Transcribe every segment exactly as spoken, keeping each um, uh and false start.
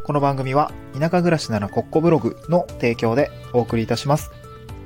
この番組は田舎暮らしならコッコブログの提供でお送りいたします。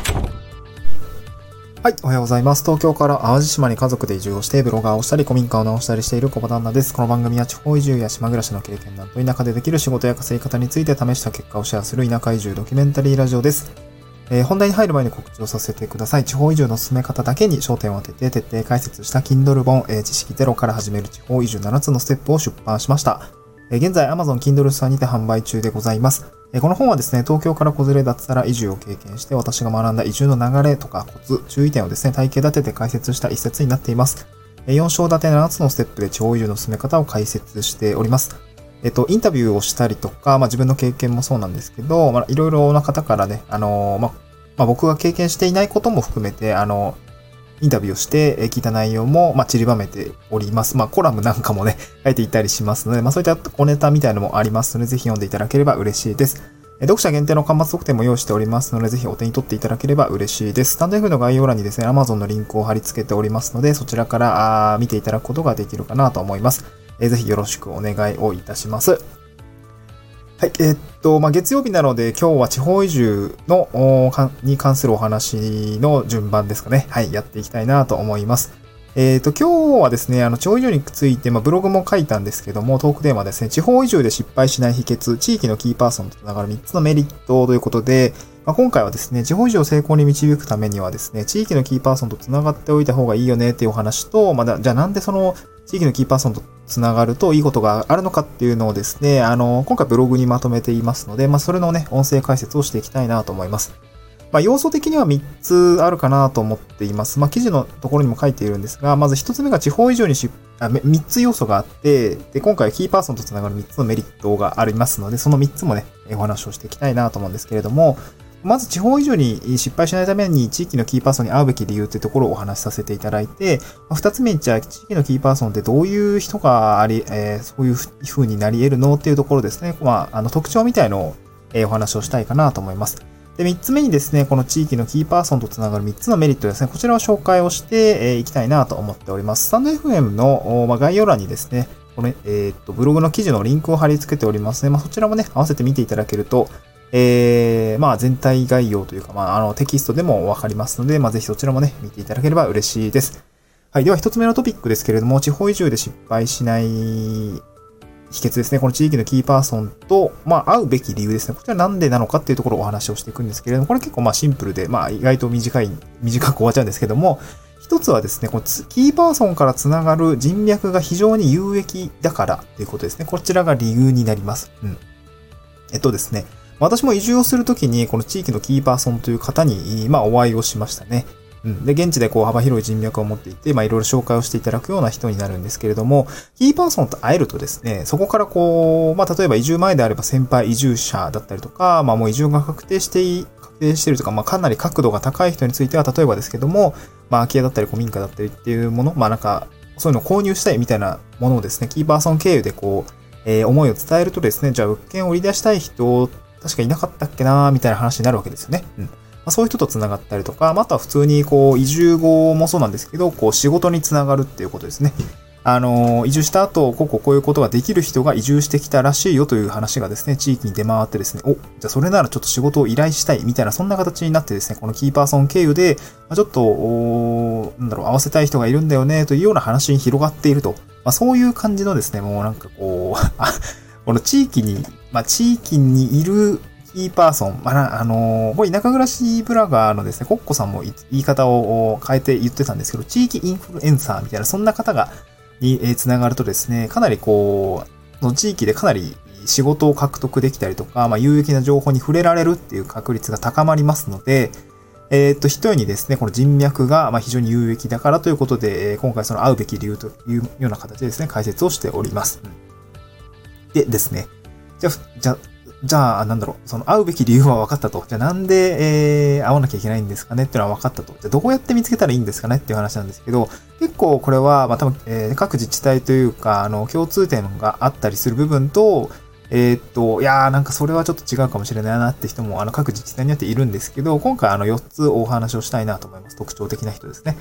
はい、おはようございます。東京から淡路島に家族で移住をしてブロガーをしたり古民家を直したりしている小場旦那です。この番組は地方移住や島暮らしの経験談と田舎でできる仕事や稼ぎ方について試した結果をシェアする田舎移住ドキュメンタリーラジオです。えー、本題に入る前に告知をさせてください。地方移住の進め方だけに焦点を当てて徹底解説した Kindle 本、えー、知識ゼロから始める地方移住ななつのステップを出版しました。えー、現在 Amazon Kindle さんにて販売中でございます。えー、この本はですね、東京から子連れ脱サラ移住を経験して私が学んだ移住の流れとかコツ、注意点をですね、体系立てて解説した一冊になっています。えー、よん章立てななつのステップで地方移住の進め方を解説しております。えっと、インタビューをしたりとか、まあ自分の経験もそうなんですけど、まあいろいろな方からね、あのー、まあまあ、僕が経験していないことも含めて、あの、インタビューをして聞いた内容も、まあ、散りばめております。まあ、コラムなんかもね、書いていたりしますので、まあ、そういった小ネタみたいなのもありますので、ぜひ読んでいただければ嬉しいです。読者限定の端末特典も用意しておりますので、ぜひお手に取っていただければ嬉しいです。スタンド F の概要欄にですね、Amazon のリンクを貼り付けておりますので、そちらから見ていただくことができるかなと思います。ぜひよろしくお願いをいたします。はい。えー、っと、まあ、月曜日なので今日は地方移住の、に関するお話の順番ですかね。はい。やっていきたいなと思います。えー、っと、今日はですね、あの、地方移住について、まあ、ブログも書いたんですけども、トークテーマですね、地方移住で失敗しない秘訣、地域のキーパーソンとつながるみっつのメリットということで、まあ、今回はですね、地方移住を成功に導くためにはですね、地域のキーパーソンとつながっておいた方がいいよねっていうお話と、まあ、じゃあなんでその、地域のキーパーソンとつながるといいことがあるのかっていうのをですね、あの、今回ブログにまとめていますので、まあ、それのね、音声解説をしていきたいなと思います。まあ、要素的にはみっつあるかなと思っています。まあ、記事のところにも書いているんですが、まずひとつめが地方移住にし、あ、みっつ要素があって、で、今回はキーパーソンとつながるみっつのメリットがありますので、そのみっつもね、お話をしていきたいなと思うんですけれども、まず地方移住に失敗しないために地域のキーパーソンに会うべき理由というところをお話しさせていただいて、二つ目にじゃあ地域のキーパーソンってどういう人があり、えー、そういう風になり得るのっていうところですね。まあ、あの特徴みたいのを、えー、お話をしたいかなと思います。で、三つ目にですね、この地域のキーパーソンとつながる三つのメリットですね。こちらを紹介をしていきたいなと思っております。スタンド エフエム の、まあ、概要欄にですね、この、えー、っと、ブログの記事のリンクを貼り付けておりますね。まあ、そちらもね、合わせて見ていただけると、えー、まあ全体概要というか、まああのテキストでもわかりますので、まあぜひそちらもね、見ていただければ嬉しいです。はい。では一つ目のトピックですけれども、地方移住で失敗しない秘訣ですね。この地域のキーパーソンと、まあ会うべき理由ですね。こちらなんでなのかっていうところをお話をしていくんですけれども、これ結構まあシンプルで、まあ意外と短い、短く終わっちゃうんですけども、一つはですね、このキーパーソンからつながる人脈が非常に有益だからということですね。こちらが理由になります。うん。えっとですね、私も移住をするときに、この地域のキーパーソンという方に、まあ、お会いをしましたね。うん。で、現地でこう、幅広い人脈を持っていて、まあ、いろいろ紹介をしていただくような人になるんですけれども、キーパーソンと会えるとですね、そこからこう、まあ、例えば移住前であれば先輩移住者だったりとか、まあ、もう移住が確定してい、確定しているとか、まあ、かなり角度が高い人については、例えばですけども、まあ、空き家だったり古民家だったりっていうもの、まあ、なんか、そういうのを購入したいみたいなものをですね、キーパーソン経由でこう、えー、思いを伝えるとですね、じゃあ物件を売り出したい人、確かいなかったっけなーみたいな話になるわけですよね。うん。まあ、そういう人と繋がったりとか、まあ、あとは普通にこう移住後もそうなんですけど、こう仕事に繋がるっていうことですね。あのー、移住した後、こうこうこういうことができる人が移住してきたらしいよという話がですね、地域に出回ってですね、お、じゃあそれならちょっと仕事を依頼したいみたいな、そんな形になってですね、このキーパーソン経由で、まあ、ちょっと、おなんだろう、合わせたい人がいるんだよね、というような話に広がっていると。まあ、そういう感じのですね、もうなんかこう、この地域に、まあ、地域にいるキーパーソン、まあ、あのー、これ田舎暮らしブラガーのですね、コッコさんも言い方を変えて言ってたんですけど、地域インフルエンサーみたいな、そんな方が、につながるとですね、かなりこう、その地域でかなり仕事を獲得できたりとか、まあ、有益な情報に触れられるっていう確率が高まりますので、えっと、一重にですね、この人脈がまあ非常に有益だからということで、今回その会うべき理由というような形でですね、解説をしております。でですね、じゃあ、じゃあ、じゃあ、なんだろう、その会うべき理由は分かったと。じゃあなんで、えー、会わなきゃいけないんですかねっていうのは分かったと。じゃあどうやって見つけたらいいんですかねっていう話なんですけど、結構これは、まあ多分、えー、各自治体というか、あの、共通点があったりする部分と、えー、っと、いやーなんかそれはちょっと違うかもしれないなって人も、あの、各自治体によっているんですけど、今回あのよっつお話をしたいなと思います。特徴的な人ですね。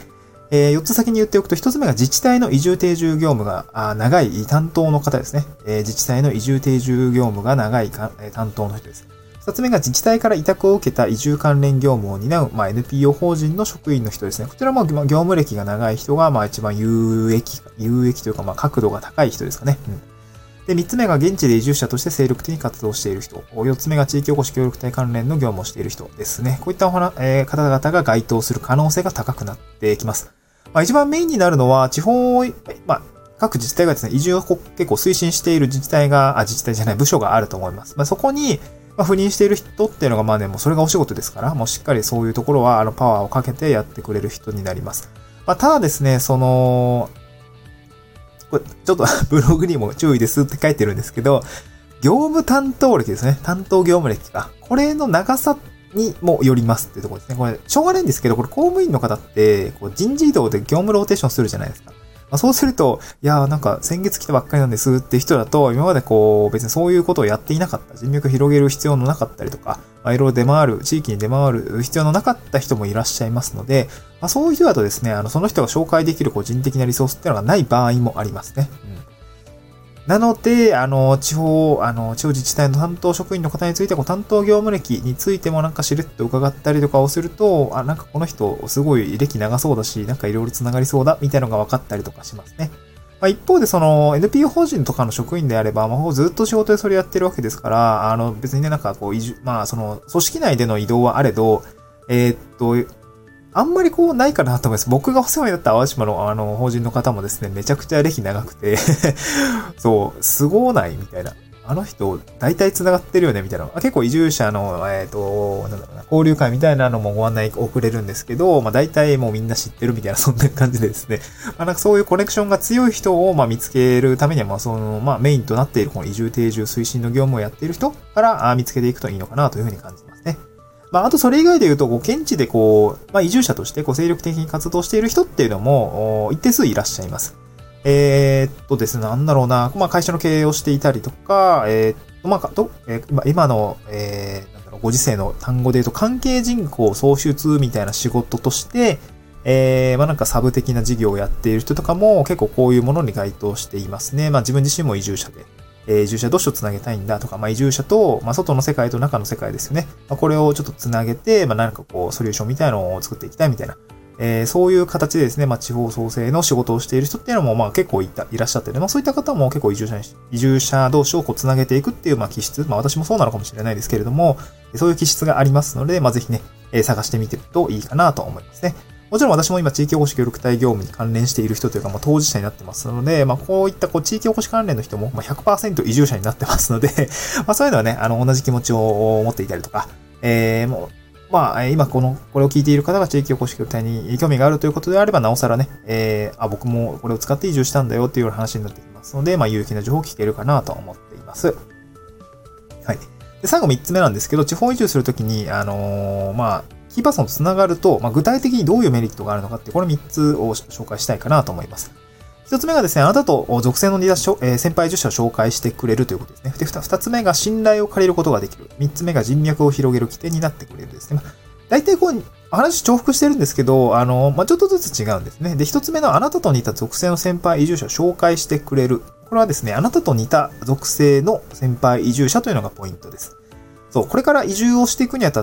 えー、よっつ先に言っておくと、ひとつめが自治体の移住定住業務があ長い担当の方ですね。えー、自治体の移住定住業務が長いか、えー、担当の人です。ふたつめが自治体から委託を受けた移住関連業務を担う、まあ、エヌピーオー 法人の職員の人ですね。こちらも業務歴が長い人が、まあ一番有益、有益というか、まあ角度が高い人ですかね。うんで、三つ目が現地で移住者として精力的に活動している人。四つ目が地域おこし協力隊関連の業務をしている人ですね。こういったお話、えー、方々が該当する可能性が高くなってきます。まあ、一番メインになるのは、地方、まあ、各自治体がですね、移住を結構推進している自治体が、あ、自治体じゃない部署があると思います。まあ、そこに、まあ、赴任している人っていうのが、まあね、もうそれがお仕事ですから、もうしっかりそういうところは、あの、パワーをかけてやってくれる人になります。まあ、ただですね、その、これちょっとブログにも注意ですって書いてるんですけど、業務担当歴ですね。担当業務歴か。これの長さにもよりますっていうところですね。これ、しょうがないんですけど、これ公務員の方って、こう人事異動で業務ローテーションするじゃないですか。まあ、そうすると、いやーなんか先月来たばっかりなんですって人だと、今までこう別にそういうことをやっていなかった、人脈を広げる必要のなかったりとか、まあ、いろいろ出回る、地域に出回る必要のなかった人もいらっしゃいますので、まあ、そういう人だとですね、あの、その人が紹介できるこう人的なリソースっていうのがない場合もありますね。うんなので、あの、地方、あの、地方自治体の担当職員の方について、こう、担当業務歴についてもなんかしれっと伺ったりとかをすると、あ、なんかこの人、すごい歴長そうだし、なんかいろいろ繋がりそうだ、みたいなのが分かったりとかしますね。まあ、一方で、その、エヌピーオー 法人とかの職員であれば、まあ、ずっと仕事でそれやってるわけですから、あの、別にね、なんかこう、移住、まあ、その、組織内での移動はあれど、えー、っと、あんまりこうないかなと思います。僕がお世話になった淡島のあの法人の方もですね、めちゃくちゃ歴長くてそう、すごないみたいな。あの人、大体繋がってるよねみたいな。結構移住者の、えっと、なんだろうな、交流会みたいなのもご案内送れるんですけど、まあ大体もうみんな知ってるみたいな、そんな感じでですね。まあなんかそういうコネクションが強い人をまあ見つけるためには、まあその、まあメインとなっているこの移住定住推進の業務をやっている人から見つけていくといいのかなというふうに感じますね。まあ、あとそれ以外で言うと、こう、現地でこう、まあ、移住者として、こう、精力的に活動している人っていうのも、一定数いらっしゃいます。えー、っとですね、なんだろうな、まあ、会社の経営をしていたりとか、えー、っと、まあ、と、えー、今の、えー、なんだろう、ご時世の単語で言うと、関係人口創出みたいな仕事として、えー、まあ、なんかサブ的な事業をやっている人とかも、結構こういうものに該当していますね。まあ、自分自身も移住者で。えー、移住者同士をつなげたいんだとか、まあ、移住者と、まあ、外の世界と中の世界ですよね。まあ、これをちょっとつなげて、まあ、何かこう、ソリューションみたいなのを作っていきたいみたいな、えー、そういう形でですね、まあ、地方創生の仕事をしている人っていうのも、まあ、結構いた、いらっしゃってね、まあ、そういった方も結構移住者に、移住者同士をこう、つなげていくっていう、まあ、気質、まあ、私もそうなのかもしれないですけれども、そういう気質がありますので、まあ、ぜひね、えー、探してみてるといいかなと思いますね。もちろん私も今地域おこし協力隊業務に関連している人というか、まあ、当事者になってますので、まあ、こういったこう地域おこし関連の人も ひゃくパーセント 移住者になってますので、まあ、そういうのはね、あの、同じ気持ちを持っていたりとか、えー、もう、まあ、今この、これを聞いている方が地域おこし協力隊に興味があるということであれば、なおさらね、えー、あ、僕もこれを使って移住したんだよっていうような話になってきますので、まあ、有益な情報を聞けるかなと思っています。はい。で、最後みっつめなんですけど、地方移住するときに、あのー、まあ、キーパーソンとつながると、まあ、具体的にどういうメリットがあるのかって、これみっつを紹介したいかなと思います。ひとつめがですね、あなたと属性の似た先輩移住者を紹介してくれるということですね。で、ふたつめが信頼を借りることができる。みっつめが人脈を広げる起点になってくれるですね。まあ、大体こう、話重複してるんですけど、あの、まあ、ちょっとずつ違うんですね。で、ひとつめのあなたと似た属性の先輩移住者を紹介してくれる。これはですね、あなたと似た属性の先輩移住者というのがポイントです。そう、これから移住をしていくにあたって、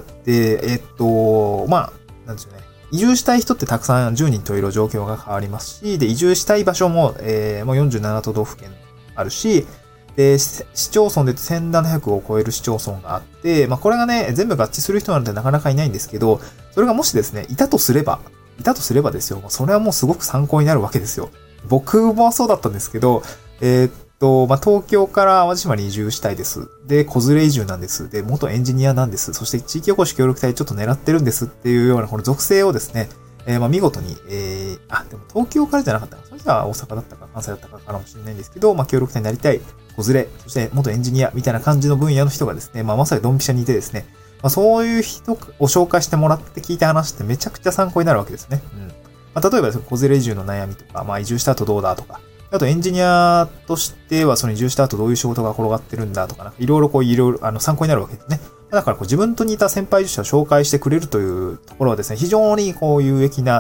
えっと、まあ、なんですよね。移住したい人ってたくさんじゅうにんといろ状況が変わりますし、で、移住したい場所も、えー、もうよんじゅうなな都道府県あるし、で、市町村でせんななひゃくを超える市町村があって、まあ、これがね、全部合致する人なんてなかなかいないんですけど、それがもしですね、いたとすれば、いたとすればですよ、それはもうすごく参考になるわけですよ。僕もそうだったんですけど、えーと、まあ、東京から淡路島に移住したいです。で、子連れ移住なんです。で、元エンジニアなんです。そして地域おこし協力隊ちょっと狙ってるんですっていうような、この属性をですね、えー、まあ、見事に、えー、あ、でも東京からじゃなかったか。それじゃあ大阪だったか関西だったかかもしれないんですけど、まあ、協力隊になりたい、子連れ、そして元エンジニアみたいな感じの分野の人がですね、まあ、まさにドンピシャにいてですね、まあ、そういう人を紹介してもらって聞いた話ってめちゃくちゃ参考になるわけですね。うん。まあ、例えば、子連れ移住の悩みとか、まあ、移住した後どうだとか、あとエンジニアとしてはその移住した後どういう仕事が転がってるんだとか、いろいろこういろいろあの参考になるわけですね。だからこう自分と似た先輩移住者を紹介してくれるというところはですね、非常にこう有益な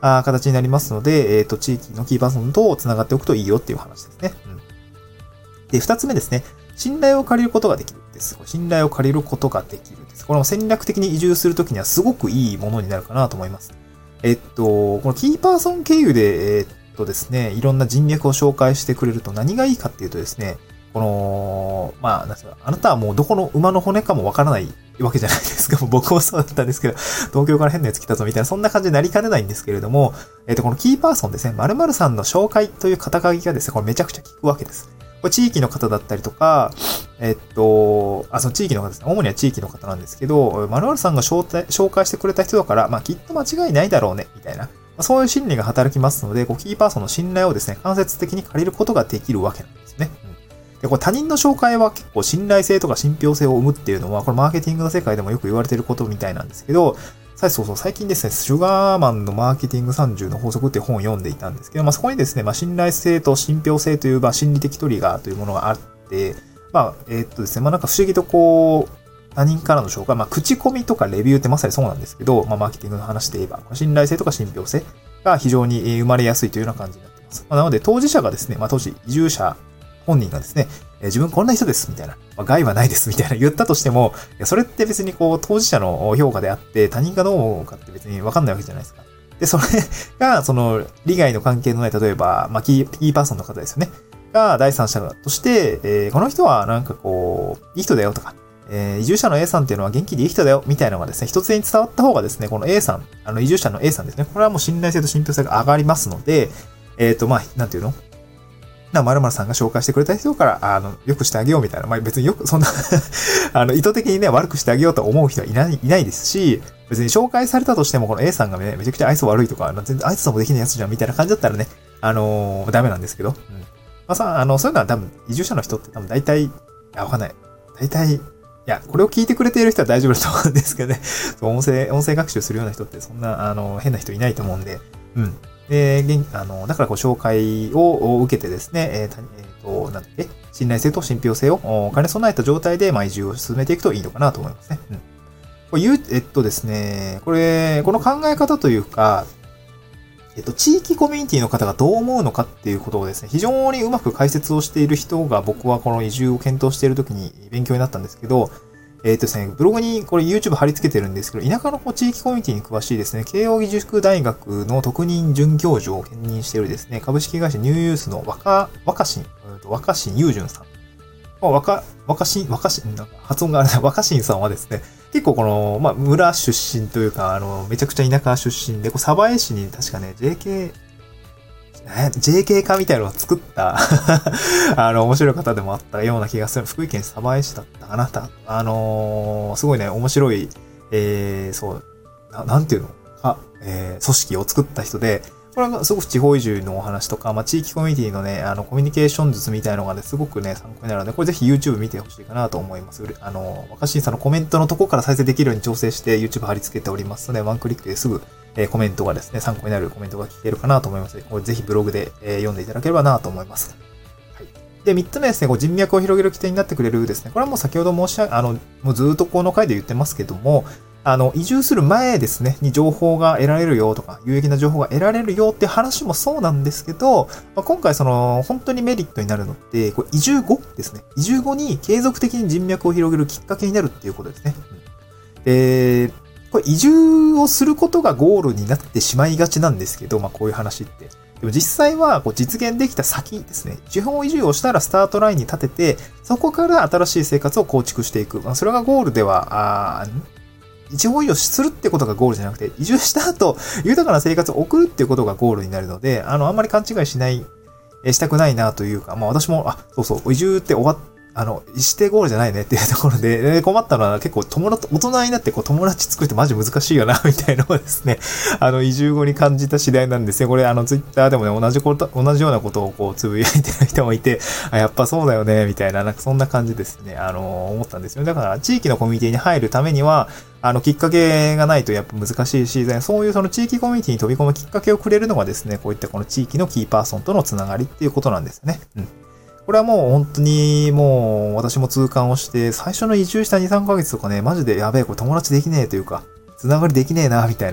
あ形になりますので、えっと、地域のキーパーソンと繋がっておくといいよっていう話ですね。うん、で、二つ目ですね。信頼を借りることができるです。信頼を借りることができるです。これも戦略的に移住するときにはすごくいいものになるかなと思います。えっと、このキーパーソン経由で、えっとですね、いろんな人脈を紹介してくれると何がいいかっていうとですね、この、まあ、なんですか、あなたはもうどこの馬の骨かもわからないわけじゃないですか。僕もそうだったんですけど、東京から変なやつ来たぞみたいな、そんな感じになりかねないんですけれども、えっと、このキーパーソンですね、〇〇さんの紹介という肩書きがですね、これめちゃくちゃ効くわけです。これ地域の方だったりとか、えっと、あ、その地域の方ですね。主には地域の方なんですけど、〇〇さんが紹介紹介してくれた人だから、まあ、きっと間違いないだろうね、みたいな。そういう心理が働きますので、こうキーパーソンの信頼をですね、間接的に借りることができるわけなんですね。うん、でこれ他人の紹介は結構信頼性とか信憑性を生むっていうのは、これマーケティングの世界でもよく言われていることみたいなんですけど、そうそう、最近ですね、シュガーマンのマーケティングさんじゅうの法則っていう本を読んでいたんですけど、まあ、そこにですね、まあ、信頼性と信憑性という、まあ、心理的トリガーというものがあって、まあ、えー、っとですね、まあ、なんか不思議とこう、他人からの紹介、まあ、口コミとかレビューってまさにそうなんですけど、まあ、マーケティングの話で言えば、信頼性とか信憑性が非常に生まれやすいというような感じになっています。まあ、なので、当事者がですね、まあ、当時、移住者本人がですね、えー、自分こんな人です、みたいな、まあ、害はないです、みたいな言ったとしても、いやそれって別にこう、当事者の評価であって、他人がどう思うかって別にわかんないわけじゃないですか。で、それが、その、利害の関係のない、例えば、まあ、キー、キーパーソンの方ですよね。が、第三者として、えー、この人はなんかこう、いい人だよとか、えー、移住者の A さんっていうのは元気でいい人だよ、みたいなのがですね、一つに伝わった方がですね、この A さん、あの、移住者の A さんですね、これはもう信頼性と信憑性が上がりますので、えっと、まあ、なんていうのな、〇〇さんが紹介してくれた人から、あの、良くしてあげようみたいな。まあ、別によく、そんなあの、意図的にね、悪くしてあげようと思う人はいない、いないですし、別に紹介されたとしても、この A さんがね、めちゃくちゃ愛想悪いとか、全然愛想もできないやつじゃん、みたいな感じだったらね、あのー、ダメなんですけど。うん。まあさ、あの、そういうのは多分、移住者の人って多分大体、あ、わかんない。大体、いや、これを聞いてくれている人は大丈夫だと思うんですけどね。そう、音声、音声学習するような人って、そんな、あの、変な人いないと思うんで、うん。で、あの、だからこう紹介を受けてですね、えっ、ー、と、なんだっけ、信頼性と信憑性を兼ね備えた状態で、まあ、移住を進めていくといいのかなと思いますね。うん。これ、えっとですね、これ、この考え方というか、えっと、地域コミュニティの方がどう思うのかっていうことをですね、非常にうまく解説をしている人が僕はこの移住を検討しているときに勉強になったんですけど、えっとですね、ブログにこれ YouTube 貼り付けてるんですけど、田舎の地域コミュニティに詳しいですね、慶応義塾大学の特任准教授を兼任しているですね、株式会社ニューユースの若、若新、若新雄純さん。若、若新、若新、なんか発音があれだ、若新さんはですね、結構この、まあ、村出身というか、あの、めちゃくちゃ田舎出身で、こう、鯖江市に確かね、ジェーケー、ジェーケー 化みたいなのを作ったあの、面白い方でもあったような気がする。福井県鯖江市だったかな。あのー、すごいね、面白い、えー、そう、な、なんていうのか、えー、組織を作った人で、これはすごく地方移住のお話とか、まあ、地域コミュニティのね、あの、コミュニケーション術みたいなのがね、すごくね、参考になるので、これぜひ YouTube 見てほしいかなと思います。あの、若新さんのコメントのとこから再生できるように調整して YouTube 貼り付けておりますので、ワンクリックですぐ、えー、コメントがですね、参考になるコメントが聞けるかなと思いますので、これぜひブログで、えー、読んでいただければなと思います。はい。で、三つ目ですね、こう人脈を広げる起点になってくれるですね、これはもう先ほど申し上げ、あの、もうずっとこの回で言ってますけども、あの、移住する前ですね、に情報が得られるよとか、有益な情報が得られるよっていう話もそうなんですけど、まあ、今回その、本当にメリットになるのって、これ移住後ですね。移住後に継続的に人脈を広げるきっかけになるっていうことですね。で、これ移住をすることがゴールになってしまいがちなんですけど、まあこういう話って。でも実際はこう実現できた先ですね。地方移住をしたらスタートラインに立てて、そこから新しい生活を構築していく。まあそれがゴールでは、あ地方移住するってことがゴールじゃなくて、移住した後、豊かな生活を送るっていうことがゴールになるので、あの、あんまり勘違いしない、えしたくないなというか、まあ私も、あ、そうそう、移住って終わっあの、してゴールじゃないねっていうところで、困ったのは結構友達、大人になってこう友達作るってマジ難しいよな、みたいなのをですね、あの、移住後に感じた次第なんですね。これあの、ツイッターでもね、同じこと、同じようなことをこう、つぶやいてる人もいて、あ、やっぱそうだよね、みたいな、なんかそんな感じですね、あの、思ったんですよ。だから、地域のコミュニティに入るためには、あの、きっかけがないとやっぱ難しいし、そういうその地域コミュニティに飛び込むきっかけをくれるのがですね、こういったこの地域のキーパーソンとのつながりっていうことなんですよね。うん。これはもう本当にもう私も痛感をして、最初の移住したに、さんかげつとかね、マジでやべえ、これ友達できねえというか、つながりできねえな、みたいな。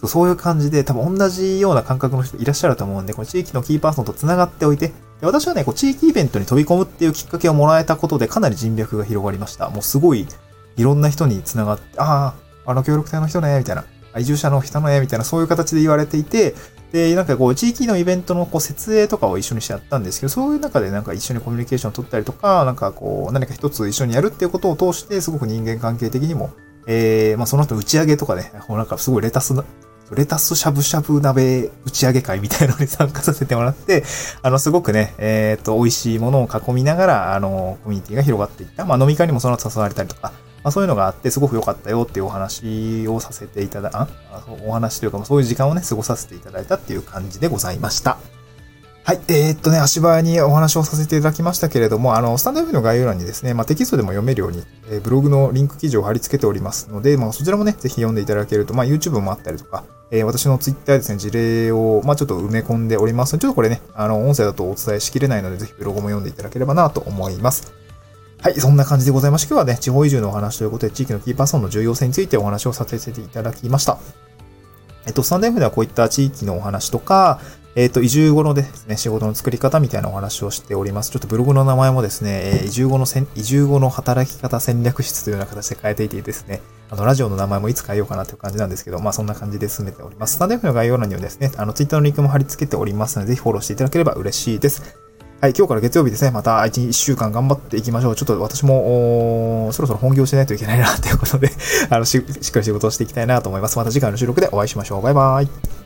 そうそういう感じで多分同じような感覚の人いらっしゃると思うんで、この地域のキーパーソンと繋がっておいて、で私はね、こう地域イベントに飛び込むっていうきっかけをもらえたことでかなり人脈が広がりました。もうすごいいろんな人に繋がって、ああ、あの協力隊の人ね、みたいな、移住者の人ね、みたいなそういう形で言われていて、で、なんかこう地域のイベントのこう設営とかを一緒にしてやったんですけど、そういう中でなんか一緒にコミュニケーションを取ったりとか、なんかこう何か一つ一緒にやるっていうことを通して、すごく人間関係的にも、えー、まあその後打ち上げとかね、なんかすごいレタスな、レタスしゃぶしゃぶ鍋打ち上げ会みたいなのに参加させてもらって、あの、すごくね、えっと、美味しいものを囲みながら、あの、コミュニティが広がっていった。まあ、飲み会にもその後誘われたりとか、まあ、そういうのがあって、すごく良かったよっていうお話をさせていただ、あお話というか、そういう時間をね、過ごさせていただいたっていう感じでございました。はい。えー、っとね、足早にお話をさせていただきましたけれども、あの、スタンド エフ の概要欄にですね、まあ、テキストでも読めるように、えー、ブログのリンク記事を貼り付けておりますので、まあ、そちらもね、ぜひ読んでいただけると、まあ、YouTube もあったりとか、えー、私の Twitter ですね、事例を、まあ、ちょっと埋め込んでおりますので、ちょっとこれね、あの、音声だとお伝えしきれないので、ぜひブログも読んでいただければなと思います。はい。そんな感じでございまして、今日はね、地方移住のお話ということで、地域のキーパーソンの重要性についてお話をさせていただきました。えっと、スタンド エフ ではこういった地域のお話とか、えっと、移住後のですね、仕事の作り方みたいなお話をしております。ちょっとブログの名前もですね、移住後のせん、移住後の働き方戦略室というような形で変えていてですね、あの、ラジオの名前もいつ変えようかなという感じなんですけど、まあそんな感じで進めております。スタンド エフ の概要欄にはですね、あの、Twitter のリンクも貼り付けておりますので、ぜひフォローしていただければ嬉しいです。はい、今日から月曜日ですね、またいっしゅうかん頑張っていきましょう。ちょっと私も、そろそろ本業しないといけないな、ということで、あのし、しっかり仕事をしていきたいなと思います。また次回の収録でお会いしましょう。バイバイ。